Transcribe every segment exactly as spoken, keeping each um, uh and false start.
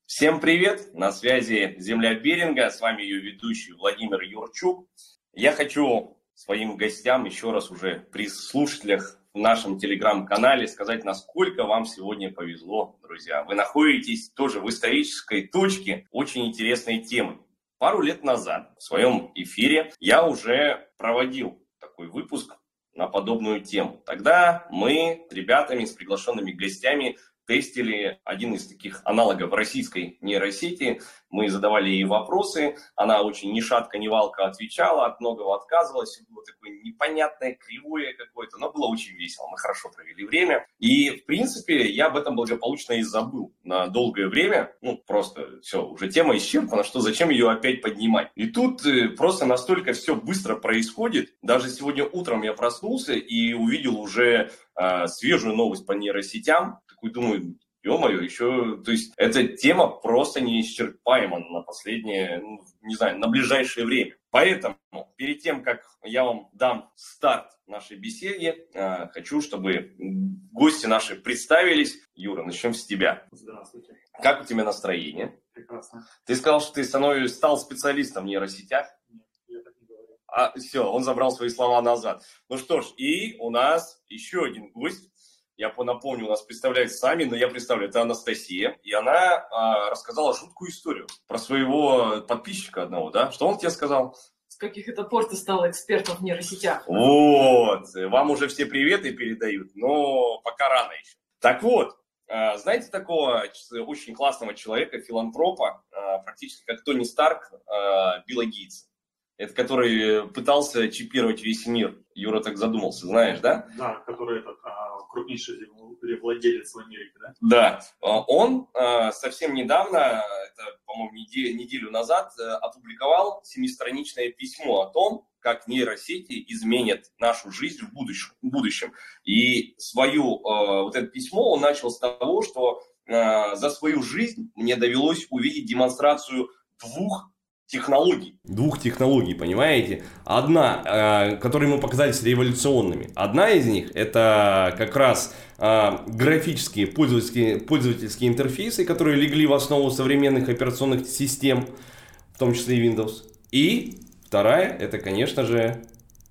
Всем привет! На связи Земля Беринга, с вами ее ведущий Владимир Юрчук. Я хочу своим гостям еще раз уже при слушателях в нашем телеграм-канале сказать, насколько вам сегодня повезло, друзья. Вы находитесь тоже в исторической точке очень интересной темы. Пару лет назад в своем эфире я уже проводил такой выпуск на подобную тему. Тогда мы с ребятами, с приглашенными гостями тестили один из таких аналогов российской нейросети. Мы задавали ей вопросы, она очень ни шатка, ни валка отвечала, от многого отказывалась. Все было такое непонятное, кривое какое-то, но было очень весело, мы хорошо провели время. И, в принципе, я об этом благополучно и забыл на долгое время. Ну, просто все, уже тема исчерпана, что зачем ее опять поднимать. И тут просто настолько все быстро происходит. Даже сегодня утром я проснулся и увидел уже э, свежую новость по нейросетям. Такой думаю, ё-моё, еще, то есть эта тема просто неисчерпаема на последнее, ну, не знаю, на ближайшее время. Поэтому перед тем, как я вам дам старт нашей беседе, э, хочу, чтобы гости наши представились. Юра, начнем с тебя. Здравствуйте. Как у тебя настроение? Прекрасно. Ты сказал, что ты становишься, стал специалистом в нейросетях? Нет, я так не говорю. А, все, он забрал свои слова назад. Ну что ж, и у нас еще один гость. Я напомню, у нас представляет сами, но я представлю, это Анастасия. И она а, рассказала жуткую историю про своего подписчика одного, да? Что он тебе сказал? С каких это пор ты стала экспертом в нейросетях? Вот, вам уже все приветы передают, но пока рано еще. Так вот, а, знаете такого очень классного человека, филантропа, а, практически как Тони Старк, а, Билла Гейтса? Это который пытался чипировать весь мир. Юра так задумался, знаешь, да? Да, который этот, а, крупнейший владелец в Америке, да? Да. Он а, совсем недавно, это, по-моему, неделю, неделю назад, опубликовал семистраничное письмо о том, как нейросети изменят нашу жизнь в будущем. В будущем. И свою, а, вот это письмо он начал с того, что а, за свою жизнь мне довелось увидеть демонстрацию двух технологий. Двух технологий, понимаете? Одна, э, которые ему показались революционными. Одна из них это как раз э, графические пользовательские, пользовательские интерфейсы, которые легли в основу современных операционных систем, в том числе и Windows. И вторая, это, конечно же,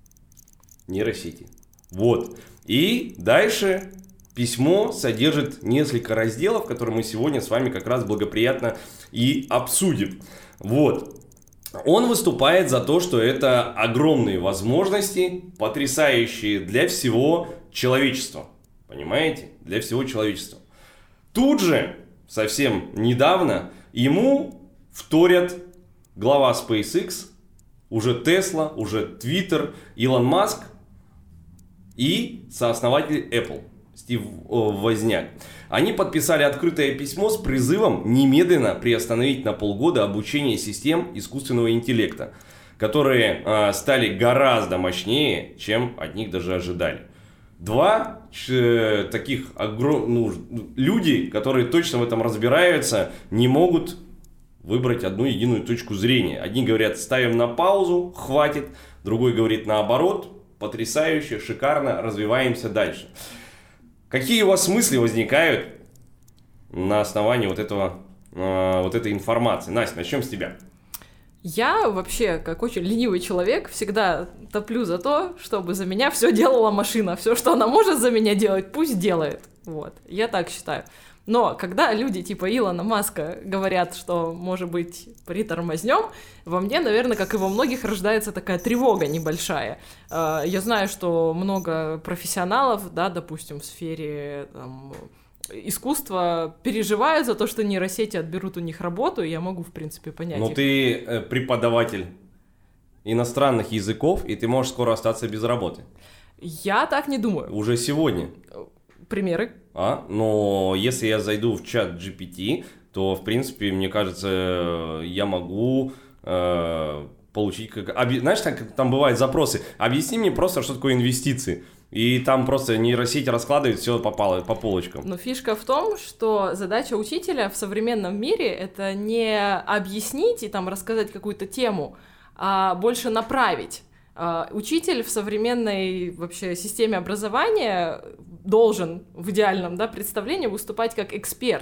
нейросети. Вот. И дальше письмо содержит несколько разделов, которые мы сегодня с вами как раз благоприятно и обсудим. Вот. Он выступает за то, что это огромные возможности, потрясающие для всего человечества. Понимаете? Для всего человечества. Тут же, совсем недавно, ему вторят глава SpaceX, уже Tesla, уже Twitter, Илон Маск и сооснователь Apple, Стив Возняк. Они подписали открытое письмо с призывом немедленно приостановить на полгода обучение систем искусственного интеллекта, которые э, стали гораздо мощнее, чем от них даже ожидали. Два э, таких огром... ну, люди, которые точно в этом разбираются, не могут выбрать одну единую точку зрения. Одни говорят, ставим на паузу, хватит. Другой говорит наоборот, потрясающе, шикарно, развиваемся дальше. Какие у вас мысли возникают на основании вот, этого, э, вот этой информации? Настя, начнем с тебя. Я вообще, как очень ленивый человек, всегда топлю за то, чтобы за меня все делала машина. Все, что она может за меня делать, пусть делает. Вот, я так считаю. Но когда люди типа Илона Маска говорят, что, может быть, притормознем, во мне, наверное, как и во многих, рождается такая тревога небольшая. Я знаю, что много профессионалов, да, допустим, в сфере там, искусства переживают за то, что нейросети отберут у них работу, и я могу, в принципе, понять. Но их. ты преподаватель иностранных языков, и ты можешь скоро остаться без работы. Я так не думаю. Уже сегодня. Примеры? А, но если я зайду в чат джи пи ти, то, в принципе, мне кажется, я могу э, получить... Как... Объ... Знаешь, как там бывают запросы? Объясни мне просто, что такое инвестиции. И там просто нейросеть раскладывает, все попало по полочкам. Но фишка в том, что задача учителя в современном мире — это не объяснить и там рассказать какую-то тему, а больше направить. Учитель в современной вообще системе образования должен в идеальном, да, представлении выступать как эксперт,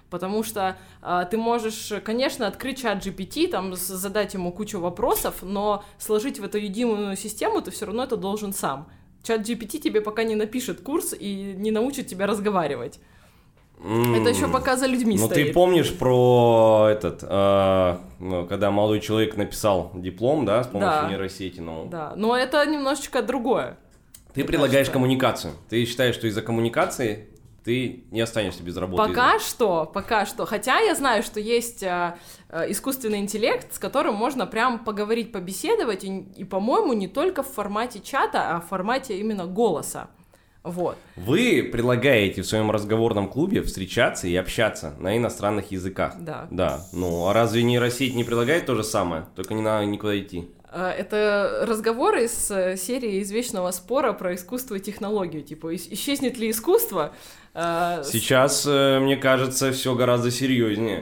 Потому что э, ты можешь, конечно, открыть чат джи пи ти, там, задать ему кучу вопросов, но сложить в эту единую систему ты все равно это должен сам. Чат джи пи ти тебе пока не напишет курс и не научит тебя разговаривать. Mm. Это еще пока за людьми ну, стоит. Ну, ты помнишь про этот, э, когда молодой человек написал диплом, да, с помощью да. нейросети? Ну... Да, но это немножечко другое. Ты предлагаешь кажется. коммуникацию. Ты считаешь, что из-за коммуникации ты не останешься без работы? Пока из-за... что, пока что. Хотя я знаю, что есть э, э, искусственный интеллект, с которым можно прям поговорить, побеседовать, и, и, по-моему, не только в формате чата, а в формате именно голоса. Вот. Вы предлагаете в своем разговорном клубе встречаться и общаться на иностранных языках. Да. Да. Ну, а разве нейросеть не предлагает то же самое? Только не надо никуда идти. Это разговоры из серии извечного спора про искусство и технологию. Типа, исчезнет ли искусство? Сейчас, мне кажется, все гораздо серьезнее.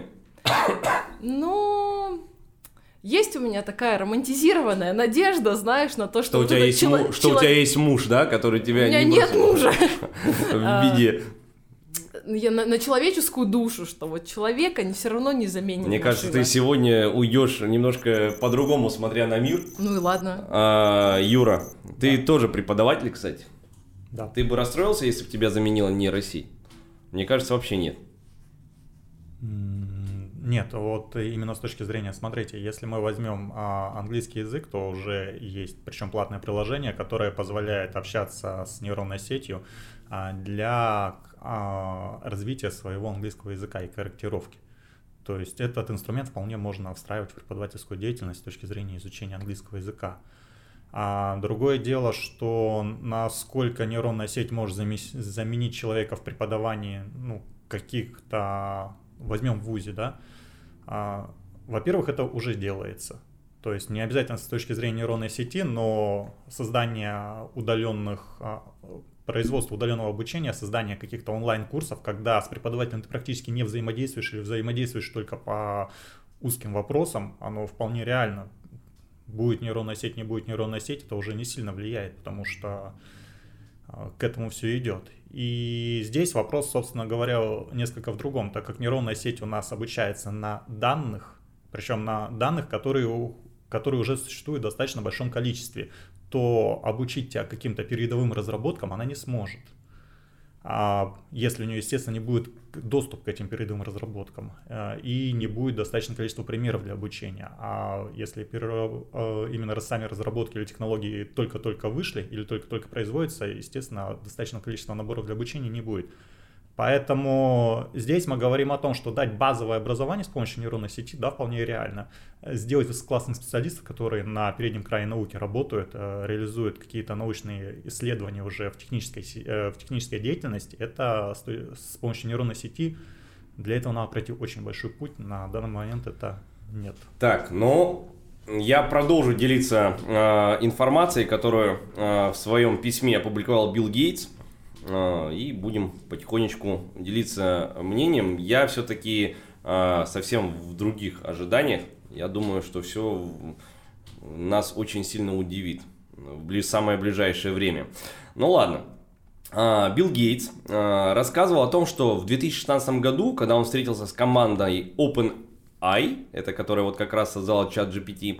Ну, есть у меня такая романтизированная надежда, знаешь, на то, что... Что, у тебя, есть чело... му... что чело... у тебя есть муж, да, который тебя у меня не нет мужа. В беде. Я на, на человеческую душу, что вот человека все равно не заменит Мне машина. кажется, ты сегодня уйдешь немножко по-другому, смотря на мир. Ну и ладно. А, Юра, ты да. тоже преподаватель, кстати? Да. Ты бы расстроился, если бы тебя заменила нейросеть? Мне кажется, вообще нет. Нет, вот именно с точки зрения, смотрите, если мы возьмем а, английский язык, то уже есть, причем платное приложение, которое позволяет общаться с нейронной сетью а, для а, развития своего английского языка и корректировки. То есть этот инструмент вполне можно встраивать в преподавательскую деятельность с точки зрения изучения английского языка. А другое дело, что насколько нейронная сеть может заменить человека в преподавании, ну, каких-то, возьмем в вузе, да, а, во-первых, это уже делается. То есть не обязательно с точки зрения нейронной сети, но создание удаленных, а, производство удаленного обучения, создание каких-то онлайн-курсов, когда с преподавателем ты практически не взаимодействуешь или взаимодействуешь только по узким вопросам, оно вполне реально. Будет нейронная сеть, не будет нейронная сеть, это уже не сильно влияет, потому что к этому все идет. И здесь вопрос, собственно говоря, несколько в другом, так как нейронная сеть у нас обучается на данных, причем на данных, которые, которые уже существуют в достаточно большом количестве, то обучить тебя каким-то передовым разработкам она не сможет. А если у нее, естественно, не будет доступ к этим передовым разработкам и не будет достаточное количество примеров для обучения. А если именно сами разработки или технологии только-только вышли или только-только производятся, естественно, достаточного количества наборов для обучения не будет. Поэтому здесь мы говорим о том, что дать базовое образование с помощью нейронной сети, да, вполне реально. Сделать классных специалистов, которые на переднем крае науки работают, реализуют какие-то научные исследования уже в технической, в технической деятельности, это с помощью нейронной сети. Для этого надо пройти очень большой путь, на данный момент это нет. Так, ну, я продолжу делиться э, информацией, которую э, в своем письме опубликовал Билл Гейтс. И будем потихонечку делиться мнением. Я все-таки э, совсем в других ожиданиях. Я думаю, что все нас очень сильно удивит в самое ближайшее время. Ну ладно. Э, Билл Гейтс э, рассказывал о том, что в две тысячи шестнадцатом году, когда он встретился с командой OpenAI, это которая вот как раз создала чат джи пи ти,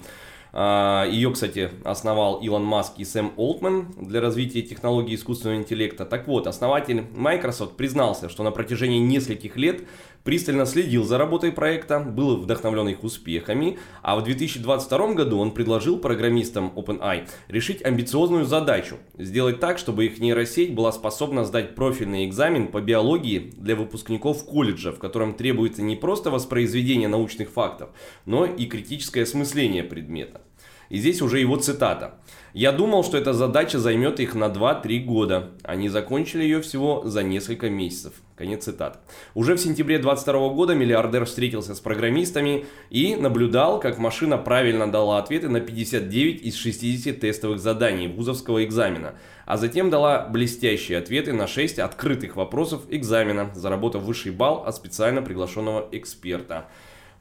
ее, кстати, основал Илон Маск и Сэм Олтман для развития технологий искусственного интеллекта. Так вот, основатель Microsoft признался, что на протяжении нескольких лет пристально следил за работой проекта, был вдохновлен их успехами, а в две тысячи двадцать втором году он предложил программистам OpenAI решить амбициозную задачу – сделать так, чтобы их нейросеть была способна сдать профильный экзамен по биологии для выпускников колледжа, в котором требуется не просто воспроизведение научных фактов, но и критическое осмысление предмета. И здесь уже его цитата. «Я думал, что эта задача займет их на два-три года. Они закончили ее всего за несколько месяцев». Конец цитаты. Уже в сентябре двадцать второго года миллиардер встретился с программистами и наблюдал, как машина правильно дала ответы на пятьдесят девять из шестидесяти тестовых заданий вузовского экзамена, а затем дала блестящие ответы на шесть открытых вопросов экзамена, заработав высший балл от специально приглашенного эксперта.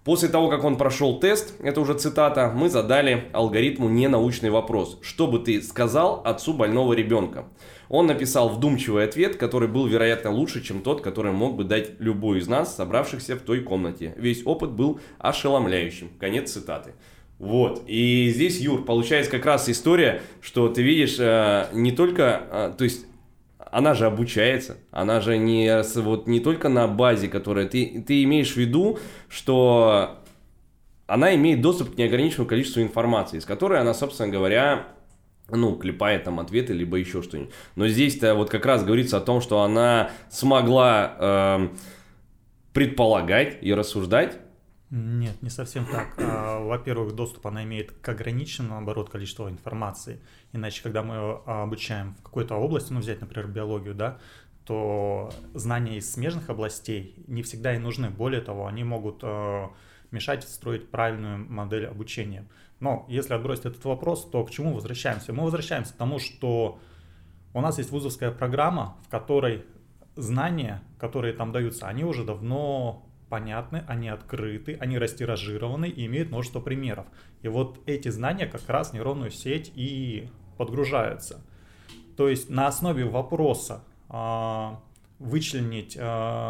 После того, как он прошел тест, это уже цитата, мы задали алгоритму ненаучный вопрос. Что бы ты сказал отцу больного ребенка? Он написал вдумчивый ответ, который был, вероятно, лучше, чем тот, который мог бы дать любой из нас, собравшихся в той комнате. Весь опыт был ошеломляющим. Конец цитаты. Вот. И здесь, Юр, получается как раз история, что ты видишь э, не только... Э, то есть... Она же обучается, она же не, вот, не только на базе, которая... Ты, ты имеешь в виду, что она имеет доступ к неограниченному количеству информации, из которой она, собственно говоря, ну, клепает там ответы, либо еще что-нибудь. Но здесь-то вот как раз говорится о том, что она смогла э, предполагать и рассуждать. Нет, не совсем так. Во-первых, доступ она имеет к ограниченному, наоборот, количеству информации. Иначе, когда мы обучаем в какой-то области, ну, взять, например, биологию, да, то знания из смежных областей не всегда и нужны. Более того, они могут мешать строить правильную модель обучения. Но если отбросить этот вопрос, то к чему возвращаемся? Мы возвращаемся к тому, что у нас есть вузовская программа, в которой знания, которые там даются, они уже давно... понятны, они открыты, они растиражированы и имеют множество примеров. И вот эти знания как раз в нейронную сеть и подгружаются. То есть на основе вопроса э, вычленить э,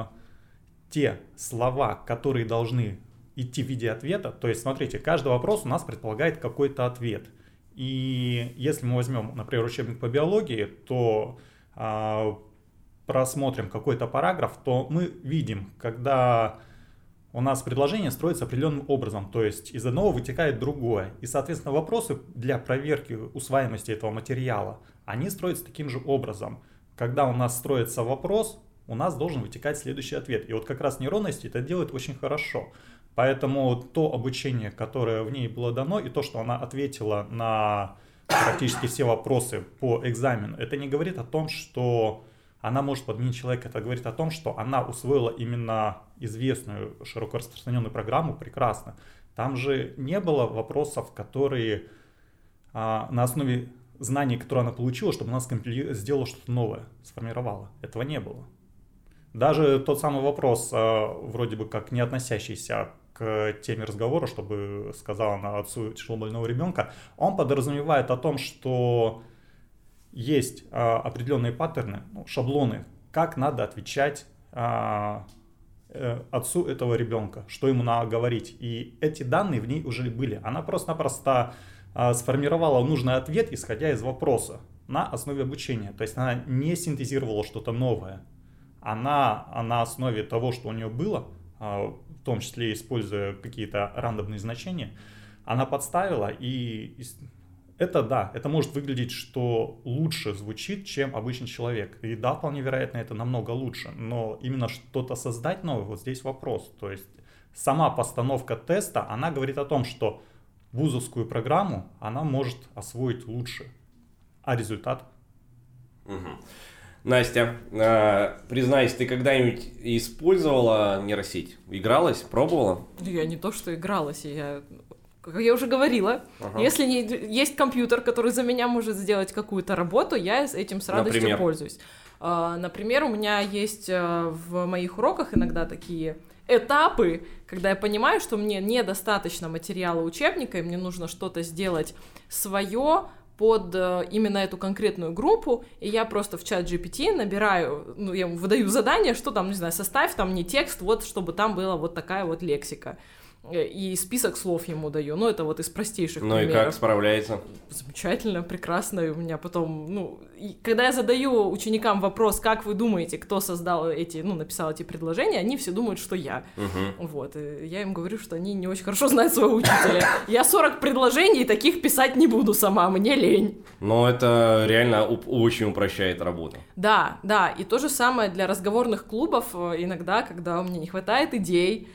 те слова, которые должны идти в виде ответа. То есть смотрите, каждый вопрос у нас предполагает какой-то ответ. И если мы возьмем, например, учебник по биологии, то э, просмотрим какой-то параграф, то мы видим, когда у нас предложение строится определенным образом, то есть из одного вытекает другое. И, соответственно, вопросы для проверки усваиваемости этого материала, они строятся таким же образом. Когда у нас строится вопрос, у нас должен вытекать следующий ответ. И вот как раз нейронная сеть это делает очень хорошо. Поэтому то обучение, которое в ней было дано, и то, что она ответила на практически все вопросы по экзамену, это не говорит о том, что она может подменить человека. Это говорит о том, что она усвоила именно известную, широко распространенную программу прекрасно. Там же не было вопросов, которые а, на основе знаний, которые она получила, чтобы она скомпили... сделала что-то новое, сформировала. Этого не было. Даже тот самый вопрос, а, вроде бы как не относящийся к теме разговора, чтобы сказала она отцу тяжелобольного ребенка, он подразумевает о том, что есть а, определенные паттерны, ну, шаблоны, как надо отвечать а, э, отцу этого ребенка, что ему надо говорить. И эти данные в ней уже были. Она просто-напросто а, сформировала нужный ответ, исходя из вопроса на основе обучения. То есть она не синтезировала что-то новое. Она на основе того, что у нее было, а, в том числе используя какие-то рандомные значения, она подставила и... Это да, это может выглядеть, что лучше звучит, чем обычный человек. И да, вполне вероятно, это намного лучше. Но именно что-то создать новое, вот здесь вопрос. То есть сама постановка теста, она говорит о том, что вузовскую программу она может освоить лучше. А результат? Угу. Настя, э, признайся, ты когда-нибудь использовала нейросеть? Игралась, пробовала? Я не то, что игралась, я... Как я уже говорила, ага. Если не, есть компьютер, который за меня может сделать какую-то работу, я этим с радостью Например? пользуюсь. А, например, у меня есть в моих уроках иногда такие этапы, когда я понимаю, что мне недостаточно материала учебника, и мне нужно что-то сделать свое под именно эту конкретную группу, и я просто в чат джи пи ти набираю, ну, я ему выдаю задание, что там, не знаю, составь там мне текст, вот, чтобы там была вот такая вот лексика. И список слов ему даю, ну, это вот из простейших ну, примеров. Ну и как справляется? Замечательно, прекрасно, и у меня потом, ну, и когда я задаю ученикам вопрос, как вы думаете, кто создал эти, ну, написал эти предложения, они все думают, что я. Угу. Вот, и я им говорю, что они не очень хорошо знают своего учителя. Я сорок предложений таких писать не буду сама, мне лень. Но это реально очень упрощает работу. Да, да, и то же самое для разговорных клубов иногда, когда у меня не хватает идей,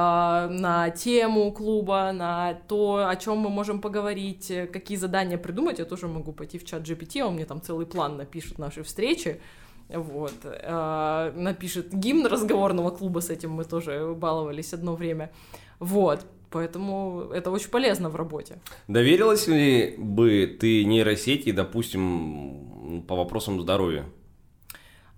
на тему клуба, на то, о чем мы можем поговорить, какие задания придумать, я тоже могу пойти в чат джи пи ти, он мне там целый план напишет нашей встречи, вот, напишет гимн разговорного клуба, с этим мы тоже баловались одно время, вот, поэтому это очень полезно в работе. Доверилась ли бы ты нейросети, допустим, по вопросам здоровья?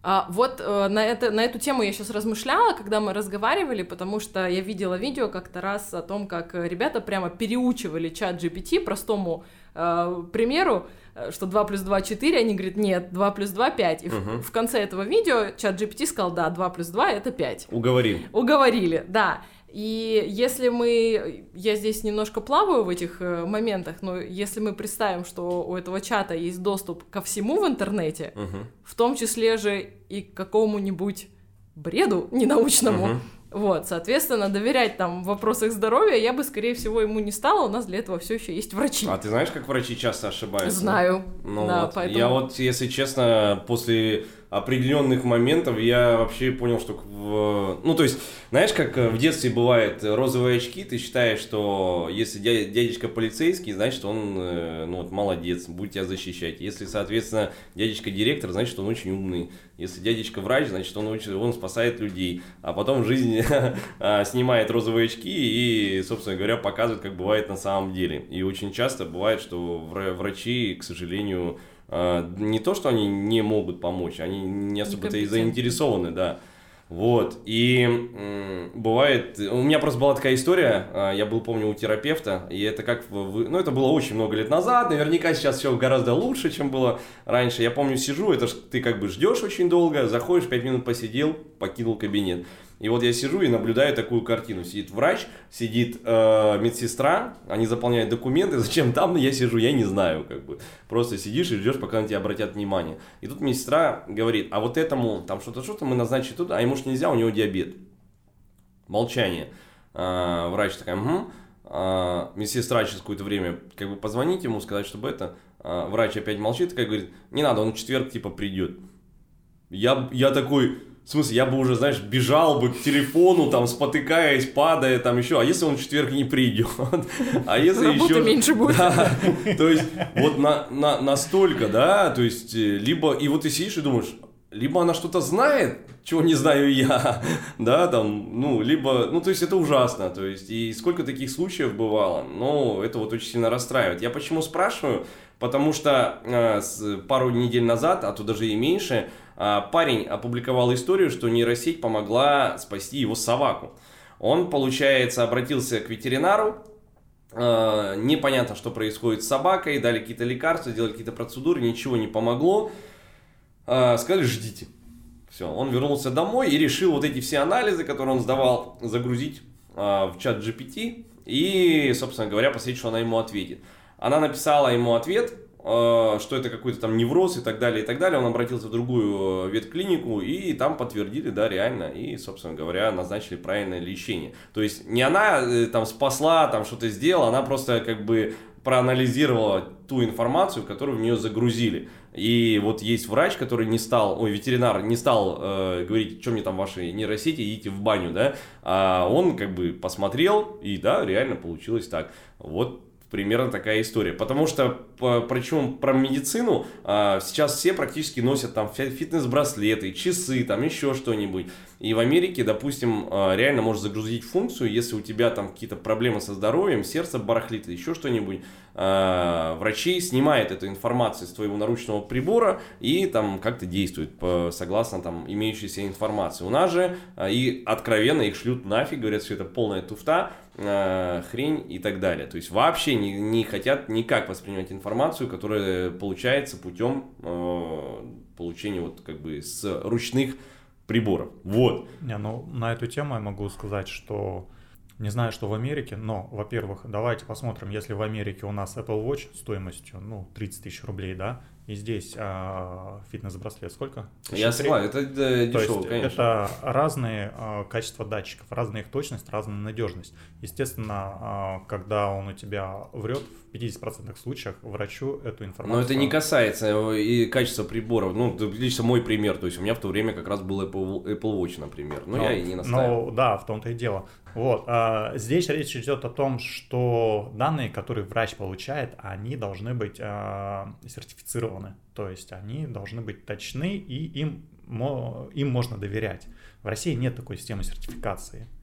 А, вот э, на, это, на эту тему я сейчас размышляла, когда мы разговаривали, потому что я видела видео как-то раз о том, как ребята прямо переучивали чат джи пи ти простому э, примеру, что два плюс два четыре, они говорят, нет, два плюс два пять. И uh-huh. в, в конце этого видео чат джи пи ти сказал, да, два плюс два это пять. Уговорили. Уговорили, да. И если мы, я здесь немножко плаваю в этих э, моментах, но если мы представим, что у этого чата есть доступ ко всему в интернете, uh-huh. в том числе же и к какому-нибудь бреду ненаучному, uh-huh. вот, соответственно, доверять там в вопросах здоровья я бы, скорее всего, ему не стала, у нас для этого все еще есть врачи. А ты знаешь, как врачи часто ошибаются? Знаю, ну, да, вот. поэтому... Я вот, если честно, после определенных моментов я вообще понял, что... В... Ну, то есть, знаешь, как в детстве бывает розовые очки, ты считаешь, что если дядечка полицейский, значит, он, ну, вот, молодец, будет тебя защищать. Если, соответственно, дядечка директор, значит, он очень умный. Если дядечка врач, значит, он, очень, он спасает людей. А потом в жизни снимает розовые очки и, собственно говоря, показывает, как бывает на самом деле. И очень часто бывает, что врачи, к сожалению, не то, что они не могут помочь, они не особо-то и заинтересованы, да. Вот, и м, бывает, у меня просто была такая история, я был, помню, у терапевта, и это как, в, ну, это было очень много лет назад, наверняка сейчас все гораздо лучше, чем было раньше. Я помню, сижу, это ж ты как бы ждешь очень долго, заходишь, пять минут посидел, покинул кабинет. И вот я сижу и наблюдаю такую картину. Сидит врач, сидит э, медсестра, они заполняют документы. Зачем там я сижу, я не знаю. Как бы. Просто сидишь и ждешь, пока на тебя обратят внимание. И тут медсестра говорит, а вот этому там что-то, что-то мы назначили тут, а ему ж нельзя, у него диабет. Молчание. Э, врач такая, угу. Э, медсестра через какое-то время как бы позвонить ему, сказать, чтобы это. Э, врач опять молчит, такая говорит, не надо, он в четверг типа придет. Я, я такой... В смысле, я бы уже, знаешь, бежал бы к телефону, там, спотыкаясь, падая, там, еще. А если он в четверг не придет? А если работы еще... меньше будет. Да, то есть, вот на, на, настолько, да, то есть, либо... И вот ты сидишь и думаешь, либо она что-то знает, чего не знаю я, да, там, ну, либо... Ну, то есть, это ужасно, то есть, и сколько таких случаев бывало, но это вот очень сильно расстраивает. Я почему спрашиваю? Потому что э, с, пару недель назад, а то даже и меньше, э, парень опубликовал историю, что нейросеть помогла спасти его собаку. Он, получается, обратился к ветеринару, э, непонятно, что происходит с собакой, дали какие-то лекарства, сделали какие-то процедуры, ничего не помогло, э, сказали, ждите. Все, он вернулся домой и решил вот эти все анализы, которые он сдавал, загрузить э, в чат джи пи ти и, собственно говоря, посмотреть, что она ему ответит. Она написала ему ответ, что это какой-то там невроз и так далее, и так далее. Он обратился в другую ветклинику, и там подтвердили, да, реально, и, собственно говоря, назначили правильное лечение. То есть не она там спасла, там что-то сделала, она просто как бы проанализировала ту информацию, которую в нее загрузили. И вот есть врач, который не стал, ой, ветеринар не стал э, говорить, что мне там ваши нейросети, идите в баню, да, а он как бы посмотрел, и да, реально получилось так. Вот. Примерно такая история. Потому что, причем про медицину, сейчас все практически носят там фитнес-браслеты, часы, там еще что-нибудь. И в Америке, допустим, реально можешь загрузить функцию, если у тебя там какие-то проблемы со здоровьем, сердце барахлит, еще что-нибудь. Врачи снимают эту информацию с твоего наручного прибора и там как-то действуют согласно там имеющейся информации. У нас же и откровенно их шлют нафиг, говорят, что это полная туфта, хрень и так далее. То есть вообще не, не хотят никак воспринимать информацию, которая получается путем э, получения вот как бы с ручных приборов. Вот. Не, ну на эту тему я могу сказать, что не знаю, что в Америке, но, во-первых, давайте посмотрим, если в Америке у нас Apple Watch стоимостью, ну, тридцать тысяч рублей, да, и здесь а, фитнес-браслет сколько? Я согласен, это э, дешево, есть, конечно. Это разные а, качества датчиков, разная их точность, разная надежность. Естественно, а, когда он у тебя врет, в пятидесяти процентах случаях врачу эту информацию... Но это не касается и качества приборов. Ну, лично мой пример, то есть у меня в то время как раз был Apple, Apple Watch, например. Но, но я и не настаивал. Ну, да, в том-то и дело. Вот, а, здесь речь идет о том, что данные, которые врач получает, они должны быть а, сертифицированы, то есть они должны быть точны и им, им можно доверять. В России нет такой системы сертификации.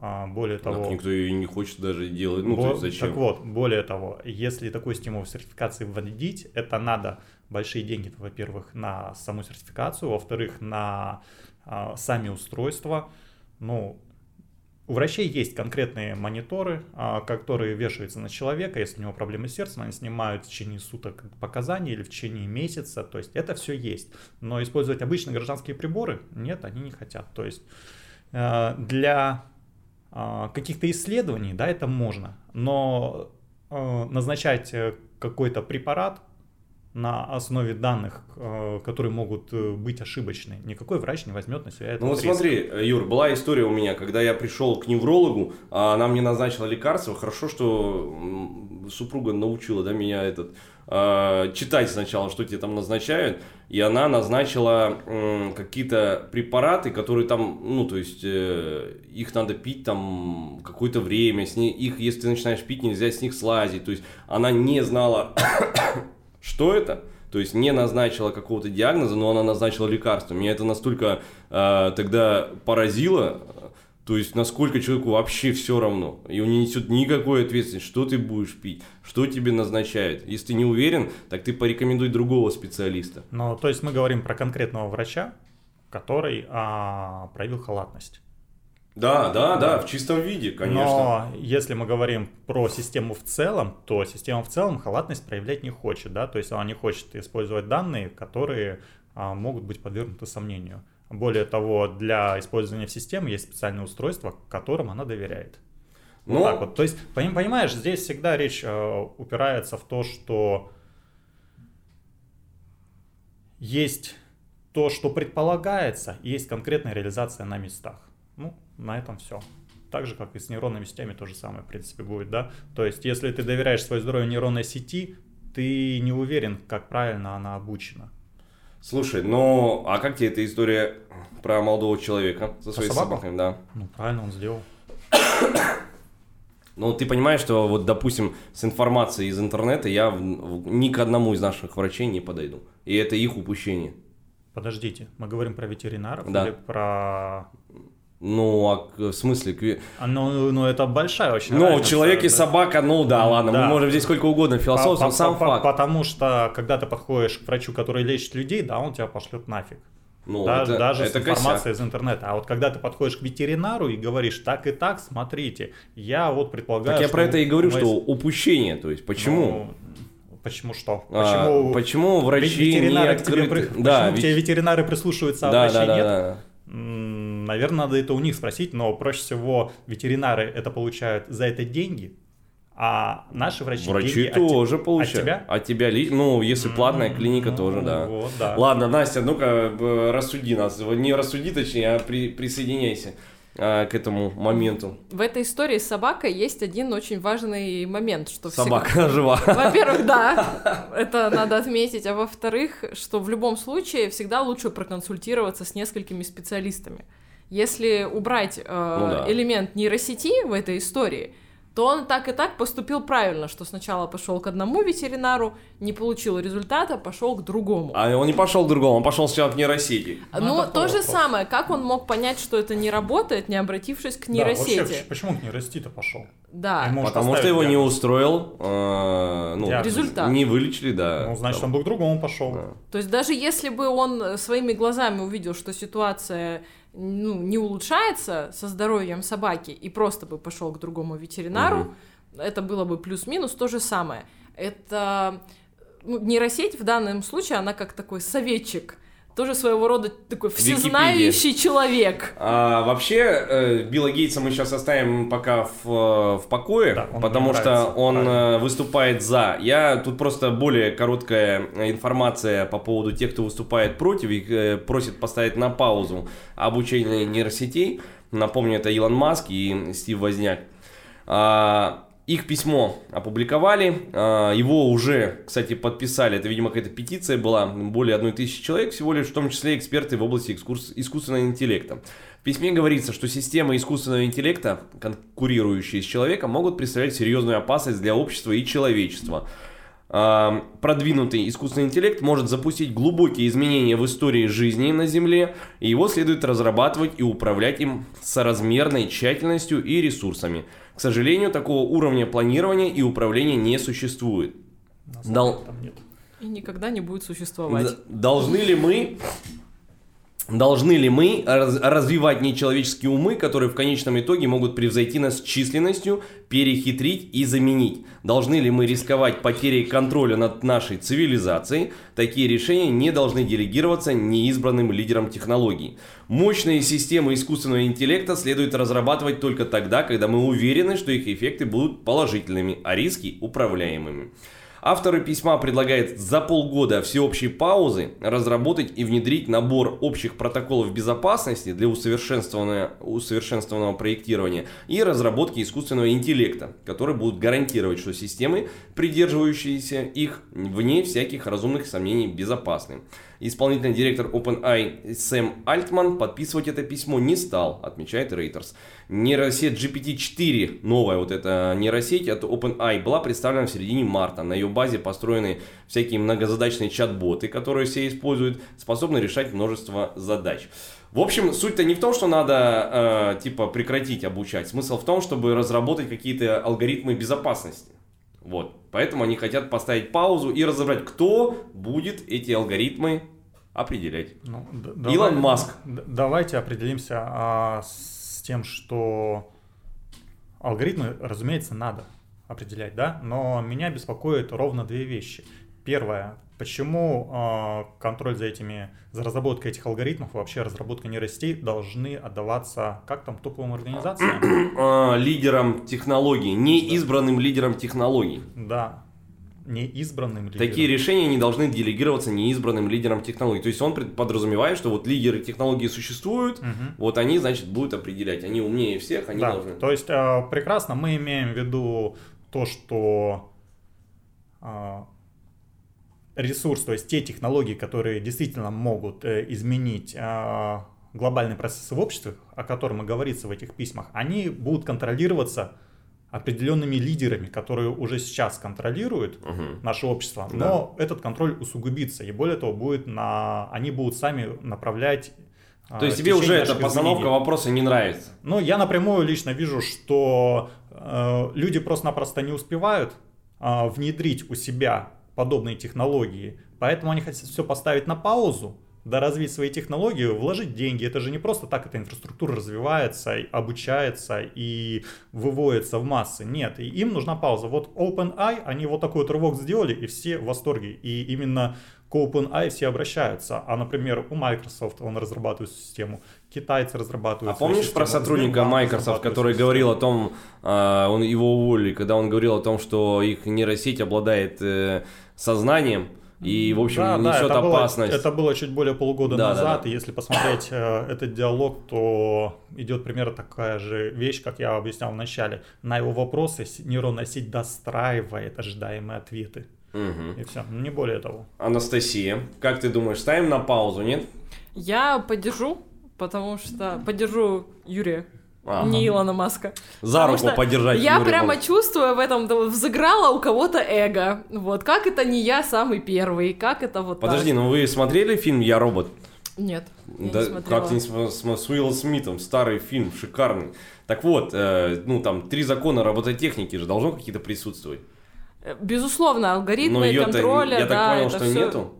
Более того... Так никто и не хочет даже делать, ну, Бо... то есть зачем? Так вот, более того, если такой стимул сертификации вводить, это надо большие деньги, во-первых, на саму сертификацию, во-вторых, на а, сами устройства. Ну, у врачей есть конкретные мониторы, а, которые вешаются на человека, если у него проблемы с сердцем, они снимают в течение суток показания или в течение месяца, то есть это все есть. Но использовать обычные гражданские приборы, нет, они не хотят. То есть а, для... каких-то исследований, да, это можно, но э, назначать какой-то препарат на основе данных, э, которые могут быть ошибочны, никакой врач не возьмет на себя этот Ну вот риск. смотри, Юр, была история у меня, когда я пришел к неврологу, она мне назначила лекарство, хорошо, что супруга научила, да, меня этот, э, читать сначала, что тебе там назначают, и она назначила э, какие-то препараты, которые там, ну, то есть, э, их надо пить там какое-то время, с ней, их, если ты начинаешь пить, нельзя с них слазить, то есть, она не знала, что это, то есть, не назначила какого-то диагноза, но она назначила лекарство. Меня это настолько э, тогда поразило, то есть, насколько человеку вообще все равно, и он не несет никакой ответственности, что ты будешь пить, что тебе назначают. Если ты не уверен, так ты порекомендуй другого специалиста. Ну, то есть мы говорим про конкретного врача, который а, проявил халатность. Да, да, да, в чистом виде, конечно. Но если мы говорим про систему в целом, то система в целом халатность проявлять не хочет, да, то есть она не хочет использовать данные, которые а, могут быть подвергнуты сомнению. Более того, для использования в системе есть специальные устройства, которым она доверяет. Вот ну, так вот. То есть, понимаешь, здесь всегда речь э, упирается в то, что есть то, что предполагается, и есть конкретная реализация на местах. Ну, на этом все. Так же, как и с нейронными сетями, то же самое, в принципе, будет, да. То есть, если ты доверяешь свое здоровье нейронной сети, ты не уверен, как правильно она обучена. Слушай, ну, а как тебе эта история про молодого человека со своей собакой? Да. Ну, правильно он сделал. Ну, ты понимаешь, что вот, допустим, с информацией из интернета я в, в, ни к одному из наших врачей не подойду. И это их упущение. Подождите, мы говорим про ветеринаров да. или про... Ну, а в смысле? А, ну, ну, это большая очень Ну, разница. человек и да? собака, ну да, ладно, да. мы можем здесь сколько угодно философствовать, сам по, факт. Потому что, когда ты подходишь к врачу, который лечит людей, да, он тебя пошлет нафиг. Ну, да, это, даже это с информацией косяк. из интернета. А вот когда ты подходишь к ветеринару и говоришь, так и так, смотрите, я вот предполагаю, Так я что про это и говорю, мы... что упущение, то есть почему? Ну, почему что? А, почему, почему врачи ветеринары не к тебе, открыты? почему Да, к ведь... тебе ветеринары прислушиваются, а да, врачей да, да, нет? Да. Наверное, надо это у них спросить, но проще всего ветеринары это получают за это деньги, а наши врачи Врачи деньги тоже от, получают. От тебя? От тебя, ну, если платная Mm-hmm. клиника, тоже, да. Вот, да. Ладно, Настя, ну-ка, рассуди нас. Не рассуди, точнее, а при, присоединяйся а, к этому моменту. В этой истории с собакой есть один очень важный момент, что собака всегда... жива. Во-первых, да, это надо отметить, а во-вторых, что в любом случае всегда лучше проконсультироваться с несколькими специалистами. Если убрать э, ну, да. элемент нейросети в этой истории, то он так и так поступил правильно, что сначала пошел к одному ветеринару, не получил результата, пошел к другому. А он не пошел к другому, он пошел сначала к нейросети. Ну, ну то же вопрос. самое, как он мог понять, что это не работает, не обратившись к нейросети? Да, вообще, почему к нейросети-то пошел? Да. Ему Потому что его не устроил, э, ну, результат. Не вылечили, да. Ну, значит, там. он был к другому пошел. Да. То есть даже если бы он своими глазами увидел, что ситуация ну, не улучшается со здоровьем собаки и просто бы пошел к другому ветеринару, угу. это было бы плюс-минус то же самое. Это ну, нейросеть в данном случае, она как такой советчик, тоже своего рода такой всезнающий Википедия. Человек. А, вообще, э, Билла Гейтса мы сейчас оставим пока в, в покое, да, потому что он правильно. Выступает за. Я тут просто более короткая информация по поводу тех, кто выступает против и э, просит поставить на паузу обучение нейросетей. Напомню, это Илон Маск и Стив Возняк. А, Их письмо опубликовали, его уже, кстати, подписали, это, видимо, какая-то петиция была, более одной тысячи человек, всего лишь, в том числе эксперты в области искусственного интеллекта. В письме говорится, что системы искусственного интеллекта, конкурирующие с человеком, могут представлять серьезную опасность для общества и человечества. продвинутый искусственный интеллект может запустить глубокие изменения в истории жизни на Земле, и его следует разрабатывать и управлять им с соразмерной тщательностью и ресурсами. К сожалению, такого уровня планирования и управления не существует. Дол... Там нет. И никогда не будет существовать. Должны ли мы... Должны ли мы раз, развивать нечеловеческие умы, которые в конечном итоге могут превзойти нас численностью, перехитрить и заменить? Должны ли мы рисковать потерей контроля над нашей цивилизацией? Такие решения не должны делегироваться неизбранным лидерам технологий. Мощные системы искусственного интеллекта следует разрабатывать только тогда, когда мы уверены, что их эффекты будут положительными, а риски управляемыми. Авторы письма предлагают за полгода всеобщей паузы разработать и внедрить набор общих протоколов безопасности для усовершенствованного, усовершенствованного проектирования и разработки искусственного интеллекта, которые будут гарантировать, что системы, придерживающиеся их, вне всяких разумных сомнений безопасны. Исполнительный директор OpenAI Сэм Альтман подписывать это письмо не стал, отмечает Reuters. Нейросеть джи пи ти четыре, новая вот эта нейросеть от OpenAI, была представлена в середине марта. На ее базе построены всякие многозадачные чат-боты, которые все используют, способны решать множество задач. В общем, суть-то не в том, что надо э, типа прекратить обучать. Смысл в том, чтобы разработать какие-то алгоритмы безопасности. Вот. Поэтому они хотят поставить паузу и разобрать, кто будет эти алгоритмы определять. Ну, д- Илон давай, Маск. Д- давайте определимся а, с тем, что алгоритмы, разумеется, надо определять, да? Но меня беспокоит ровно две вещи. Первое. Почему э, контроль за этими, за разработкой этих алгоритмов, вообще разработка нейросетей должны отдаваться, как там, топовым организациям? Лидерам технологий, неизбранным лидерам технологий. Да, неизбранным лидерам. Такие решения не должны делегироваться неизбранным лидерам технологий. То есть он подразумевает, что вот лидеры технологий существуют, угу. вот они, значит, будут определять. Они умнее всех, они да, должны... То есть э, прекрасно, мы имеем в виду то, что... Э, ресурс, то есть те технологии, которые действительно могут э, изменить э, глобальные процессы в обществе, о котором и говорится в этих письмах, они будут контролироваться определенными лидерами, которые уже сейчас контролируют угу. наше общество, но да. этот контроль усугубится, и более того, будет на... они будут сами направлять. То есть тебе уже эта постановка изменений. Вопроса не нравится? Ну, я напрямую лично вижу, что э, люди просто-напросто не успевают э, внедрить у себя подобные технологии, поэтому они хотят все поставить на паузу, да, развить свои технологии, вложить деньги. Это же не просто так, эта инфраструктура развивается, обучается и выводится в массы. Нет, и им нужна пауза. Вот OpenAI, они вот такой вот рывок сделали, и все в восторге. И именно к OpenAI все обращаются. А, например, у Microsoft он разрабатывает систему, китайцы разрабатывают. А помнишь систему, про сотрудника Microsoft, который систему. говорил о том, он его уволили, когда он говорил о том, что их нейросеть обладает сознанием, и, в общем, да, несет да, это опасность. Было, это было чуть более полугода да, назад, да, да. и если посмотреть э, этот диалог, то идет примерно такая же вещь, как я объяснял в начале. На его вопросы нейронная сеть достраивает ожидаемые ответы. Угу. И все, не более того. Анастасия, как ты думаешь, ставим на паузу, нет? Я поддержу, потому что поддержу Юрия. Ага. Не Илона Маска. За руку поддержать. Я Юрия прямо Маска. чувствую в этом, взыграло у кого-то эго. Вот, как это не я самый первый, как это вот Подожди, так? ну вы смотрели фильм «Я робот»? Нет, я да, не смотрела. Как ты не смотрел, с, с Уиллом Смитом, старый фильм, шикарный. Так вот, э, ну там, три закона робототехники же должно какие-то присутствовать. Безусловно, алгоритмы, контроля, я да, так понял, это что все... нету?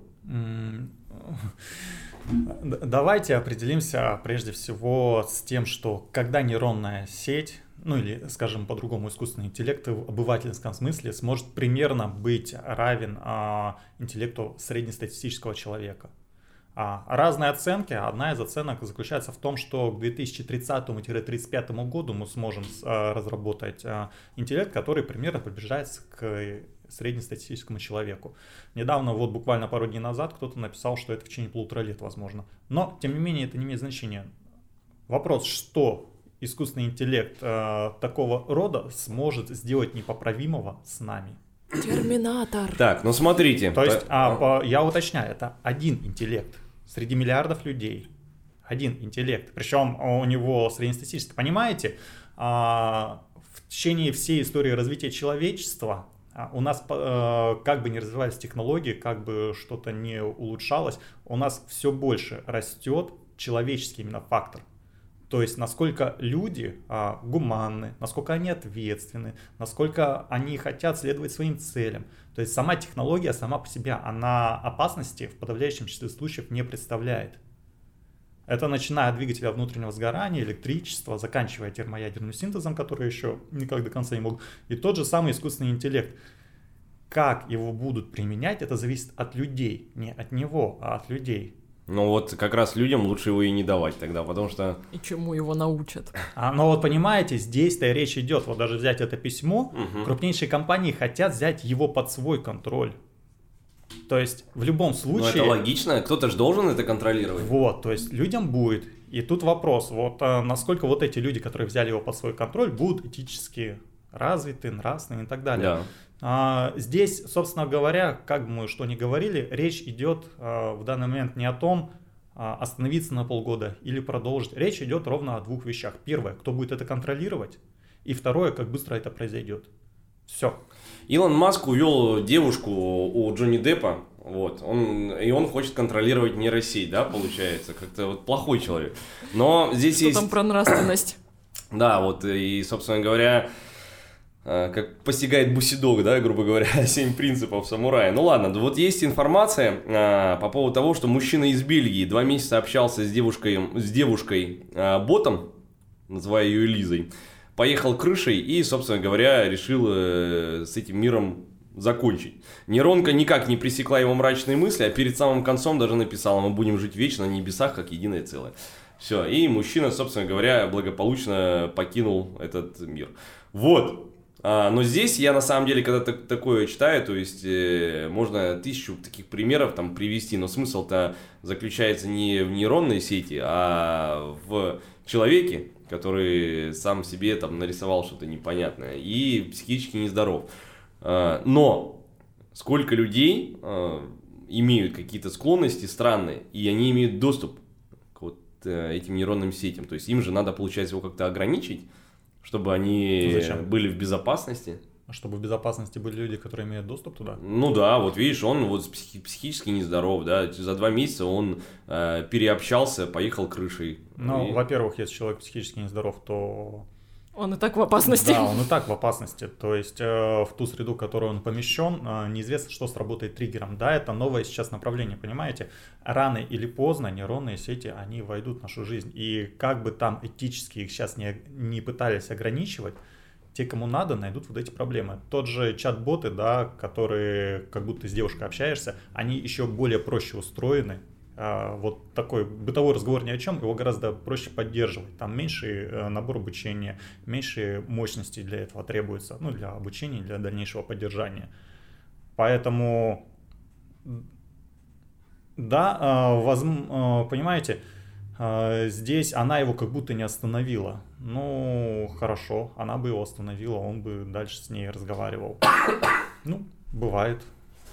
Давайте определимся прежде всего с тем, что когда нейронная сеть, ну или, скажем по-другому, искусственный интеллект в обывательском смысле сможет примерно быть равен а, интеллекту среднестатистического человека. А, разные оценки. Одна из оценок заключается в том, что к две тысячи тридцатому — тридцать пятому году мы сможем а, разработать а, интеллект, который примерно приближается к среднестатистическому человеку. Недавно, вот буквально пару дней назад, кто-то написал, что это в течение полутора лет возможно. Но, тем не менее, это не имеет значения. Вопрос, что искусственный интеллект э, такого рода сможет сделать непоправимого с нами. Терминатор. Так, ну смотрите. То есть, а, по, я уточняю, это один интеллект среди миллиардов людей. Один интеллект. Причем у него среднестатистический. Понимаете, а, в течение всей истории развития человечества У нас, как бы ни развивались технологии, как бы что-то не улучшалось, у нас все больше растет человеческий именно фактор. То есть, насколько люди а, гуманны, насколько они ответственны, насколько они хотят следовать своим целям. То есть, сама технология, сама по себе, она опасности в подавляющем числе случаев не представляет. Это начиная от двигателя внутреннего сгорания, электричества, заканчивая термоядерным синтезом, который еще никак до конца не мог. И тот же самый искусственный интеллект. Как его будут применять, это зависит от людей. Не от него, а от людей. Ну вот как раз людям лучше его и не давать тогда, потому что... И чему его научат? А, но вот понимаете, здесь-то речь идет, вот даже взять это письмо, Угу. крупнейшие компании хотят взять его под свой контроль. То есть в любом Ну случае... это логично, кто-то же должен это контролировать. Вот, то есть людям будет. И тут вопрос, вот а, насколько вот эти люди, которые взяли его под свой контроль, будут этически развиты, нравственны и так далее. Да. А, здесь, собственно говоря, как бы мы что ни говорили, речь идет а, в данный момент не о том, а, остановиться на полгода или продолжить. Речь идет ровно о двух вещах. Первое, кто будет это контролировать, и второе, как быстро это произойдет. Все. Илон Маск увел девушку у Джонни Деппа, вот, он, и он хочет контролировать нейросеть, да, получается, как-то вот плохой человек. Но здесь Что есть... там про нравственность? Да, вот, и, собственно говоря, как постигает Бусидок, да, грубо говоря, семь принципов самурая. Ну ладно, вот есть информация а, по поводу того, что мужчина из Бельгии два месяца общался с девушкой, с девушкой а, ботом, называя ее Лизой, поехал крышей и, собственно говоря, решил э, с этим миром закончить. Нейронка никак не пресекла его мрачные мысли, а перед самым концом даже написала: мы будем жить вечно на небесах, как единое целое. Все, и мужчина, собственно говоря, благополучно покинул этот мир. Вот. А, но здесь я на самом деле, когда так, такое читаю, то есть э, можно тысячу таких примеров там привести, но смысл-то заключается не в нейронной сети, а в человеке, который сам себе там нарисовал что-то непонятное и психически нездоров. А, но сколько людей а, имеют какие-то склонности странные, и они имеют доступ к вот а, этим нейронным сетям, то есть им же надо, получается, его как-то ограничить, чтобы они Зачем? были в безопасности. Чтобы в безопасности были люди, которые имеют доступ туда. Ну да, вот видишь, он вот психи- психически нездоров, да, за два месяца он э, переобщался, поехал крышей. Ну, И- во-первых, если человек психически нездоров, то... Он и так в опасности. Да, он и так в опасности. То есть э, в ту среду, в которую он помещен, э, неизвестно, что сработает триггером. Да, это новое сейчас направление, понимаете? Рано или поздно нейронные сети, они войдут в нашу жизнь. И как бы там этически их сейчас не, не пытались ограничивать, те, кому надо, найдут вот эти проблемы. Тот же чат-боты, да, которые, как будто с девушкой общаешься, они еще более проще устроены. А, вот такой бытовой разговор ни о чем, его гораздо проще поддерживать. Там меньше э, набор обучения, меньше мощности для этого требуется, ну, для обучения, для дальнейшего поддержания. Поэтому, да, э, возм- э, понимаете, э, здесь она его как будто не остановила. Ну, хорошо, она бы его остановила, он бы дальше с ней разговаривал. Ну, бывает.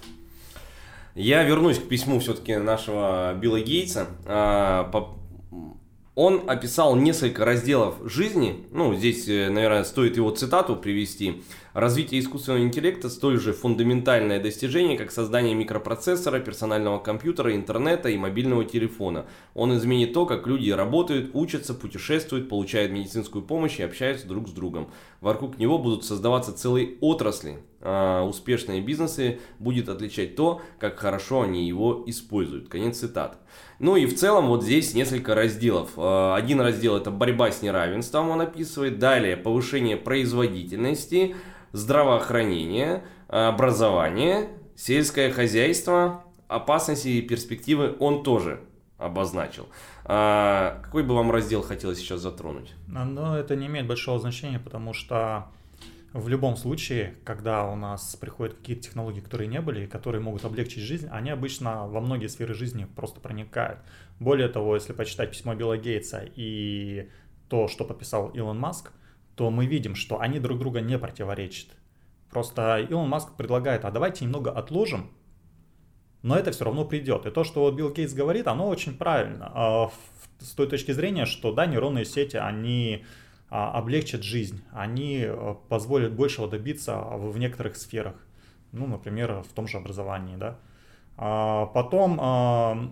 Я вернусь к письму все-таки нашего Билла Гейтса. А, по- Он описал несколько разделов жизни. Ну, здесь, наверное, стоит его цитату привести. Развитие искусственного интеллекта столь же фундаментальное достижение, как создание микропроцессора, персонального компьютера, интернета и мобильного телефона. Он изменит то, как люди работают, учатся, путешествуют, получают медицинскую помощь и общаются друг с другом. Вокруг него будут создаваться целые отрасли. А успешные бизнесы будет отличать то, как хорошо они его используют. Конец цитаты. Ну и в целом вот здесь несколько разделов. Один раздел — это борьба с неравенством, он описывает. Далее повышение производительности, здравоохранение, образование, сельское хозяйство, опасности и перспективы он тоже обозначил. А какой бы вам раздел хотелось сейчас затронуть? Но это не имеет большого значения, потому что в любом случае, когда у нас приходят какие-то технологии, которые не были, и которые могут облегчить жизнь, они обычно во многие сферы жизни просто проникают. Более того, если почитать письмо Билла Гейтса и то, что подписал Илон Маск, то мы видим, что они друг друга не противоречат. Просто Илон Маск предлагает: а давайте немного отложим, но это все равно придет. И то, что вот Билл Гейтс говорит, оно очень правильно. С той точки зрения, что да, нейронные сети, они облегчат жизнь, они позволят большего добиться в некоторых сферах. ну, например, в том же образовании, да. А потом а,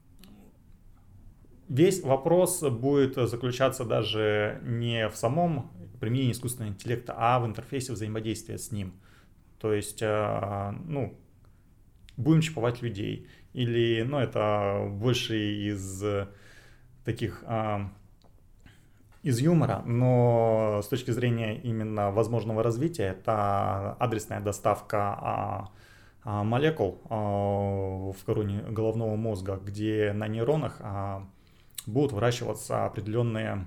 весь вопрос будет заключаться даже не в самом применении искусственного интеллекта, а в интерфейсе взаимодействия с ним. То есть, а, ну, будем чиповать людей. Или, ну, это больше из таких... А, из юмора, но с точки зрения именно возможного развития, это адресная доставка а, молекул а, в короне головного мозга, где на нейронах а, будут выращиваться определенные,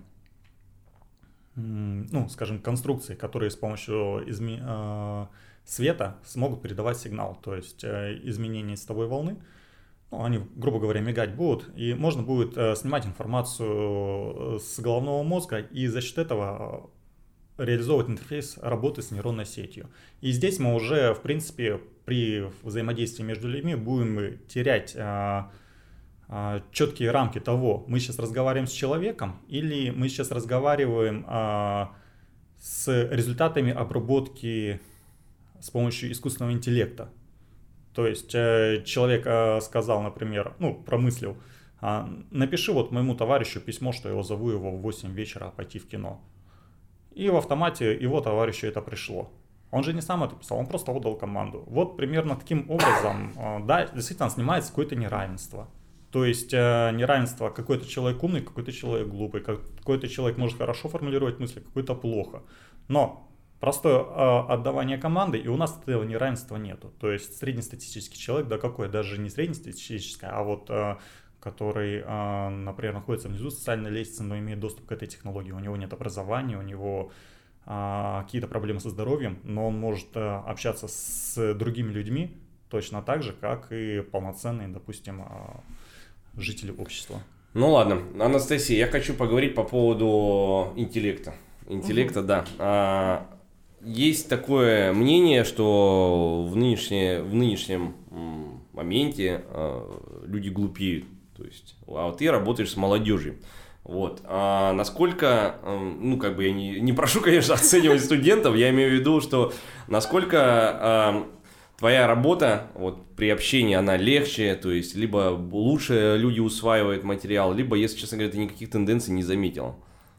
ну, скажем, конструкции, которые с помощью изме... а, света смогут передавать сигнал, то есть а, изменение цветовой волны. Ну, они, грубо говоря, мигать будут, и можно будет э, снимать информацию с головного мозга и за счет этого реализовывать интерфейс работы с нейронной сетью. И здесь мы уже, в принципе, при взаимодействии между людьми будем терять э, э, четкие рамки того, мы сейчас разговариваем с человеком или мы сейчас разговариваем э, с результатами обработки с помощью искусственного интеллекта. То есть э, человек э, сказал, например, ну, промыслил, э, напиши вот моему товарищу письмо, что я зову его в восемь вечера пойти в кино. И в автомате его товарищу это пришло. Он же не сам это писал, он просто отдал команду. Вот примерно таким образом, э, да, действительно снимается какое-то неравенство. То есть э, неравенство, какой-то человек умный, какой-то человек глупый, какой-то человек может хорошо формулировать мысли, какой-то плохо. Но простое э, отдавание команды, и у нас этого неравенства нету. То есть среднестатистический человек, да какой, даже не среднестатистический, а вот э, который, э, например, находится внизу социальной лестницы, но имеет доступ к этой технологии. У него нет образования, у него э, какие-то проблемы со здоровьем, но он может э, общаться с другими людьми точно так же, как и полноценные, допустим, э, жители общества. Ну ладно, Анастасия, я хочу поговорить по поводу интеллекта. Интеллекта, угу. да. А, Есть такое мнение, что в, нынешнее, в нынешнем моменте э, люди глупеют. То есть, а вот ты работаешь с молодежью. Вот. А насколько, э, ну, как бы я не, не прошу, конечно, оценивать студентов, я имею в виду, что насколько э, твоя работа вот, при общении, она легче, то есть, либо лучше люди усваивают материал, либо, если честно говоря, ты никаких тенденций не заметил.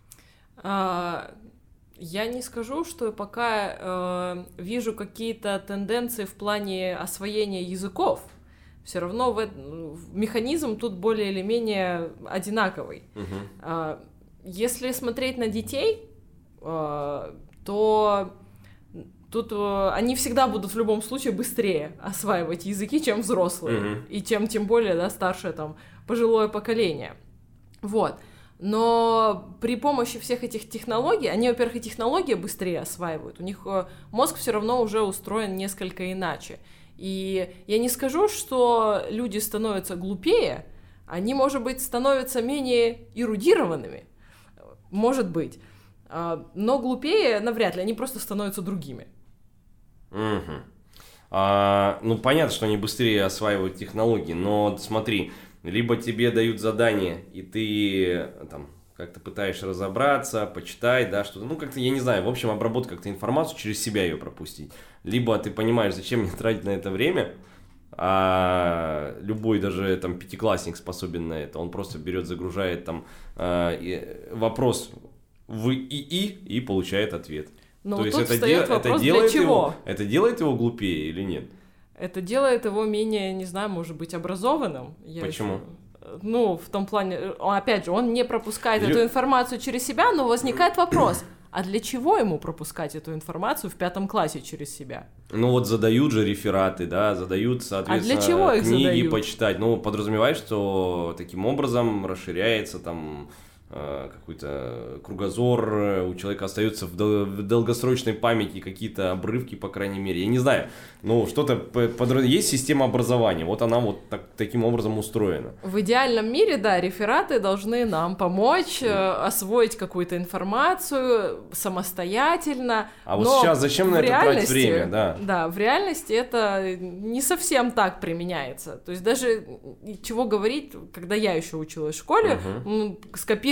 А... Я не скажу, что пока э, вижу какие-то тенденции в плане освоения языков. Все равно в, механизм тут более или менее одинаковый. Uh-huh. Э, если смотреть на детей, э, то тут э, они всегда будут в любом случае быстрее осваивать языки, чем взрослые. Uh-huh. И чем тем более да, старшее там, пожилое поколение. Вот. Но при помощи всех этих технологий, они, во-первых, и технологии быстрее осваивают, у них мозг все равно уже устроен несколько иначе. И я не скажу, что люди становятся глупее, они, может быть, становятся менее эрудированными, может быть, но глупее навряд ли, они просто становятся другими. Угу. А, ну, понятно, что они быстрее осваивают технологии, но смотри... Либо тебе дают задание, и ты там как-то пытаешься разобраться, почитать, да, что-то, ну, как-то, я не знаю, в общем, обработать как-то информацию, через себя ее пропустить. Либо ты понимаешь, зачем мне тратить на это время, а любой даже там пятиклассник способен на это, он просто берет, загружает там э, вопрос в ИИ и получает ответ. Но То вот есть тут это, встает де- вопрос, это делает для чего? Его, это делает его глупее или нет? Это делает его менее, не знаю, может быть, образованным. Я Почему? Еще... Ну, в том плане, опять же, он не пропускает Лю... эту информацию через себя, но возникает вопрос, а для чего ему пропускать эту информацию в пятом классе через себя? Ну вот задают же рефераты, да, задают, соответственно, а для чего их книги задают? почитать. Ну, подразумевает, что таким образом расширяется там какой-то кругозор, у человека остаются в, дол- в долгосрочной памяти какие-то обрывки, по крайней мере. Я не знаю, ну что-то под... есть система образования, вот она вот так, таким образом устроена. В идеальном мире, да, рефераты должны нам помочь э, освоить какую-то информацию самостоятельно. А вот сейчас зачем на это тратить время, да? Да, в реальности это не совсем так применяется. То есть даже чего говорить, когда я еще училась в школе, uh-huh. ну, скопировать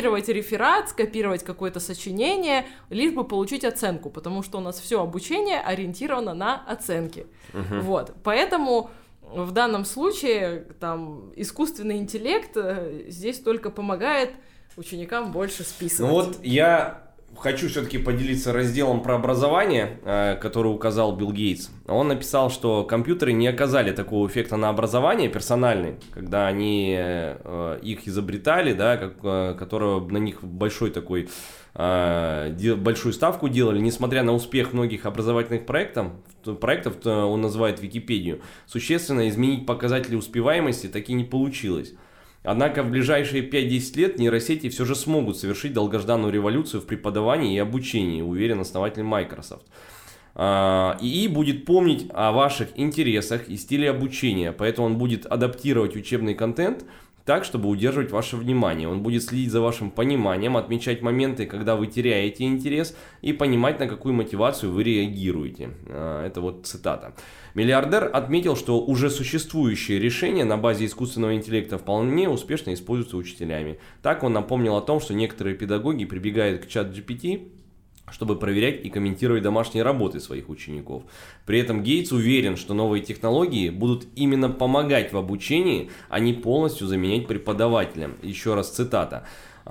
скопировать реферат, скопировать какое-то сочинение, лишь бы получить оценку, потому что у нас все обучение ориентировано на оценки. Uh-huh. Вот, поэтому в данном случае там искусственный интеллект здесь только помогает ученикам больше списывать. Ну вот я хочу все-таки поделиться разделом про образование, который указал Билл Гейтс. Он написал, что компьютеры не оказали такого эффекта на образование персональный, когда они их изобретали, да, как, которого на них большой такой, большую ставку делали, несмотря на успех многих образовательных проектов, проектов, он называет Википедию, существенно изменить показатели успеваемости так и не получилось. Однако в ближайшие пять-десять лет нейросети все же смогут совершить долгожданную революцию в преподавании и обучении, уверен основатель Microsoft. ИИ будет помнить о ваших интересах и стиле обучения, поэтому он будет адаптировать учебный контент так, чтобы удерживать ваше внимание. Он будет следить за вашим пониманием, отмечать моменты, когда вы теряете интерес, и понимать, на какую мотивацию вы реагируете. Это вот цитата. Миллиардер отметил, что уже существующие решения на базе искусственного интеллекта вполне успешно используются учителями. Так он напомнил о том, что некоторые педагоги прибегают к чат джи пи ти, чтобы проверять и комментировать домашние работы своих учеников. При этом Гейтс уверен, что новые технологии будут именно помогать в обучении, а не полностью заменять преподавателя. Еще раз цитата.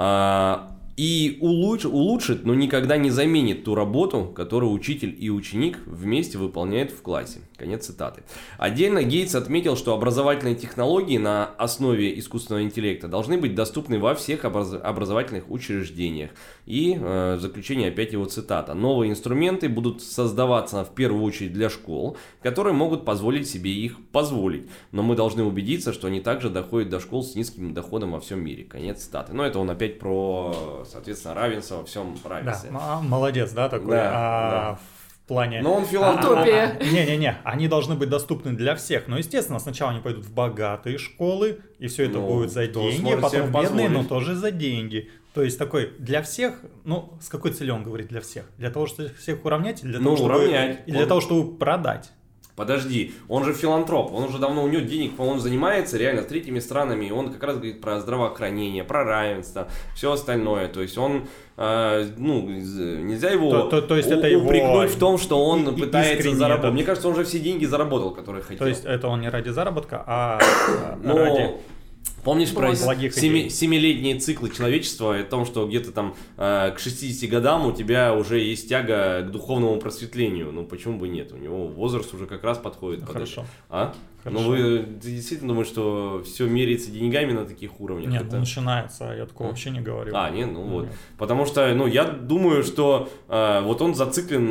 И улуч, улучшит, но никогда не заменит ту работу, которую учитель и ученик вместе выполняют в классе. Конец цитаты. Отдельно Гейтс отметил, что образовательные технологии на основе искусственного интеллекта должны быть доступны во всех образ, образовательных учреждениях. И э, в заключение опять его цитата. Новые инструменты будут создаваться в первую очередь для школ, которые могут позволить себе их позволить. Но мы должны убедиться, что они также доходят до школ с низким доходом во всем мире. Конец цитаты. Но это он опять про... соответственно, равенство во всем равенстве. Да, молодец, да, такой. Да, а, да. В плане... Но он филантроп. Не-не-не, они должны быть доступны для всех. Но, естественно, сначала они пойдут в богатые школы, и все это ну, будет за деньги, потом в бедные, но тоже за деньги. То есть такой для всех, ну, с какой целью он говорит для всех? Для того, чтобы всех уравнять, или для, ну, того, чтобы, уравнять. или для он... того, чтобы продать? Подожди, он же филантроп, он уже давно, у него денег, по-моему, занимается реально с третьими странами, и он как раз говорит про здравоохранение, про равенство, все остальное, то есть он, э, ну, нельзя его то, то, то есть у- это упрекнуть его в том, что он и- пытается заработать. это... Мне кажется, он уже все деньги заработал, которые хотел. То есть это он не ради заработка, а Но... ради... Помнишь про семи, идей. семилетние циклы человечества, о том, что где-то там э, к шестидесяти годам у тебя уже есть тяга к духовному просветлению. Ну почему бы нет? У него возраст уже как раз подходит. Ну, под хорошо. это. А? Хорошо. Ну вы ты действительно думаешь, что все меряется деньгами на таких уровнях? Нет, это... ну, начинается, я такого а? вообще не говорю. А, нет, ну, ну вот. Нет. Потому что, ну, я думаю, что э, вот он зациклен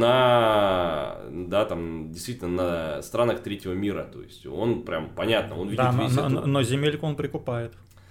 на, да, там, действительно, на странах третьего мира. То есть он прям, понятно, он видит да, весь но, этот... но земельку он прикупает.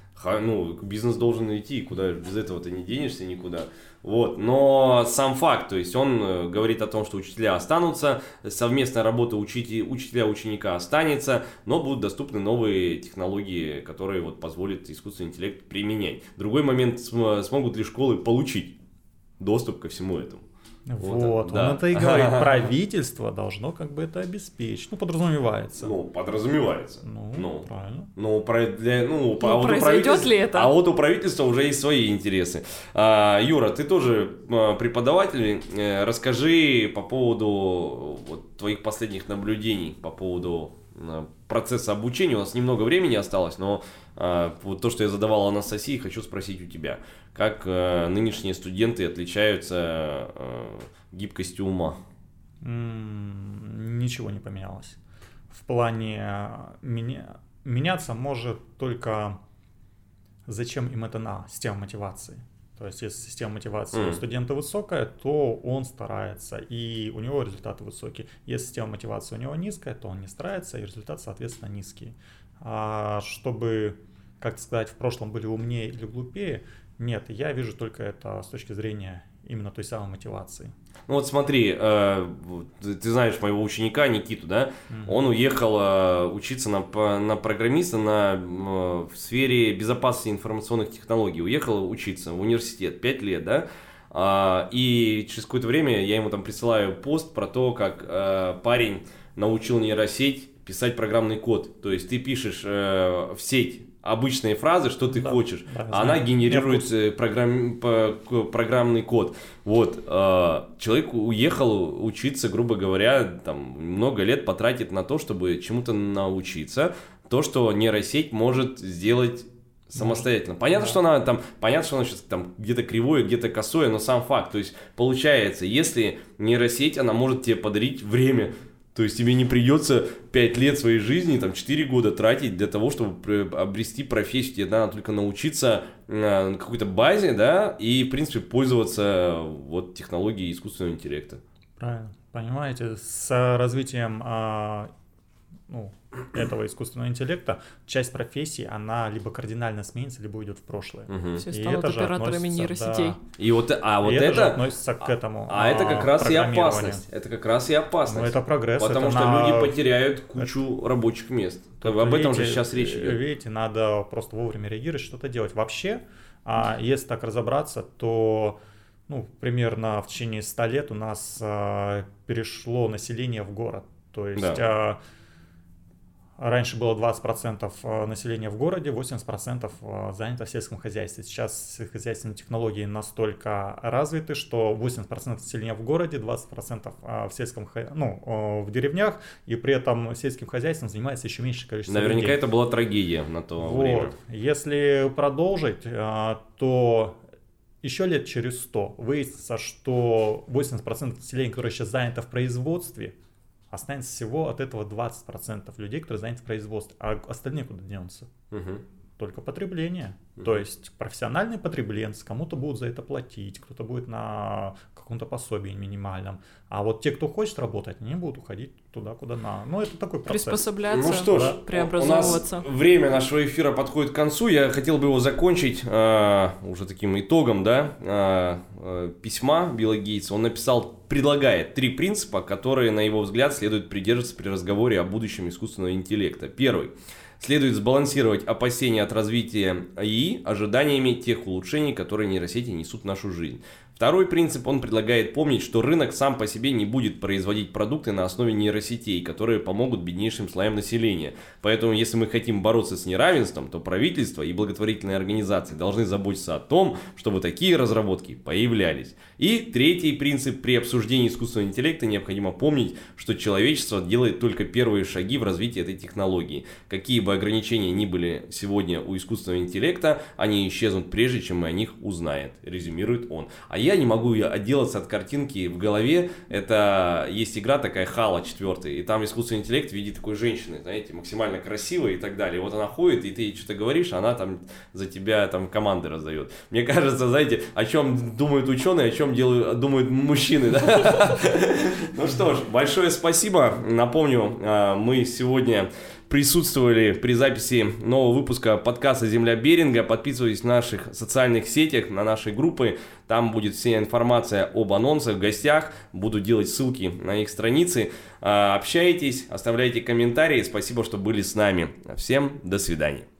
Ну, бизнес должен идти, куда без этого ты не денешься никуда. Вот. Но сам факт, то есть он говорит о том, что учителя останутся, совместная работа учителя, учителя-ученика останется, но будут доступны новые технологии, которые вот позволят искусственный интеллект применять. Другой момент, смогут ли школы получить доступ ко всему этому. Вот, вот он да. это и говорит, правительство должно как бы это обеспечить, ну подразумевается. Ну, подразумевается. Ну, ну правильно. Ну, про, для, ну, ну а произойдет вот ли это? А вот у правительства уже есть свои интересы. А, Юра, ты тоже преподаватель, расскажи по поводу вот, твоих последних наблюдений, по поводу процесса обучения. У нас немного времени осталось, но а, вот то, что я задавал Анастасии, хочу спросить у тебя. Как а, нынешние студенты отличаются а, гибкостью ума? Ничего не поменялось. В плане меня... меняться может только зачем им это надо, система мотивации. То есть, если система мотивации mm. у студента высокая, то он старается, и у него результаты высокие. Если система мотивации у него низкая, то он не старается, и результаты, соответственно, низкие. А чтобы, как сказать, в прошлом были умнее или глупее, нет, я вижу только это с точки зрения именно той самой мотивации. Ну вот смотри, э, ты знаешь моего ученика Никиту, да? Mm-hmm. Он уехал э, учиться на, на программиста на, э, в сфере безопасности информационных технологий. Уехал учиться в университет, пять лет, да? Э, и через какое-то время я ему там присылаю пост про то, как э, парень научил нейросеть писать программный код. То есть ты пишешь э, в сеть обычные фразы, что ты да, хочешь, да, а она генерирует Нет, программ, по, программный код. Вот, э, человек уехал учиться, грубо говоря, там, много лет потратит на то, чтобы чему-то научиться, то, что нейросеть может сделать самостоятельно. Понятно, да. что она там, понятно, что она сейчас там где-то кривое, где-то косое, но сам факт, то есть получается, если нейросеть, она может тебе подарить время. То есть тебе не придется пять лет своей жизни, там четыре года тратить для того, чтобы обрести профессию. Тебе надо только научиться на какой-то базе, да, и, в принципе, пользоваться вот технологией искусственного интеллекта. Правильно. Понимаете, с развитием а, ну, этого искусственного интеллекта часть профессий, она либо кардинально сменится, либо уйдет в прошлое. Угу. Все станут операторами нейросетей. Да. И вот, а вот и это, это же относится к этому. А, а это как раз и опасность. Это как раз и опасность. Ну, это прогресс. Потому это что на... люди потеряют кучу это... рабочих мест. Тут, Об этом видите, же сейчас речь идет. Видите, надо просто вовремя реагировать, что-то делать. Вообще, а, если так разобраться, то ну, примерно в течение ста лет у нас а, перешло население в город. То есть... Да. А, Раньше было двадцать процентов населения в городе, восемьдесят процентов занято в сельском хозяйстве. Сейчас сельскохозяйственные технологии настолько развиты, что восемьдесят процентов населения в городе, двадцать процентов в сельском, ну, в деревнях, и при этом сельским хозяйством занимается еще меньшее количество Наверняка людей. это была трагедия на то вот. время. Если продолжить, то еще лет через сто выяснится, что восемьдесят процентов населения, которое сейчас занято в производстве, останется всего от этого двадцать процентов людей, которые заняты в производстве, а остальные куда денутся? Угу. Только потребление. Угу. То есть профессиональные потребленцы, кому-то будут за это платить, кто-то будет на каком-то пособии минимальном. А вот те, кто хочет работать, они будут уходить туда, куда надо. Ну, это такой процесс. Приспосабляться, ну, что ж, да, преобразовываться. У нас время нашего эфира подходит к концу. Я хотел бы его закончить э, уже таким итогом, да, э, э, письма Билла Гейтса. Он написал, предлагает три принципа, которые, на его взгляд, следует придерживаться при разговоре о будущем искусственного интеллекта. Первый. Следует сбалансировать опасения от развития ИИ ожиданиями тех улучшений, которые нейросети несут в нашу жизнь. Второй принцип, он предлагает помнить, что рынок сам по себе не будет производить продукты на основе нейросетей, которые помогут беднейшим слоям населения. Поэтому, если мы хотим бороться с неравенством, то правительство и благотворительные организации должны заботиться о том, чтобы такие разработки появлялись. И третий принцип, при обсуждении искусственного интеллекта необходимо помнить, что человечество делает только первые шаги в развитии этой технологии. Какие бы ограничения ни были сегодня у искусственного интеллекта, они исчезнут прежде, чем мы о них узнаем, резюмирует он. А я не могу отделаться от картинки в голове. Это есть игра такая Хала четвертая, и там искусственный интеллект в виде такой женщины, знаете, максимально красивой и так далее. И вот она ходит, и ты ей что-то говоришь, она там за тебя там команды раздает. Мне кажется, знаете, о чем думают ученые, о чем делают, думают мужчины. Ну что ж, большое спасибо. Напомню, мы сегодня присутствовали при записи нового выпуска подкаста «Земля Беринга». Подписывайтесь в наших социальных сетях, на наши группы. Там будет вся информация об анонсах, гостях. Буду делать ссылки на их страницы. Общайтесь, оставляйте комментарии. Спасибо, что были с нами. Всем до свидания.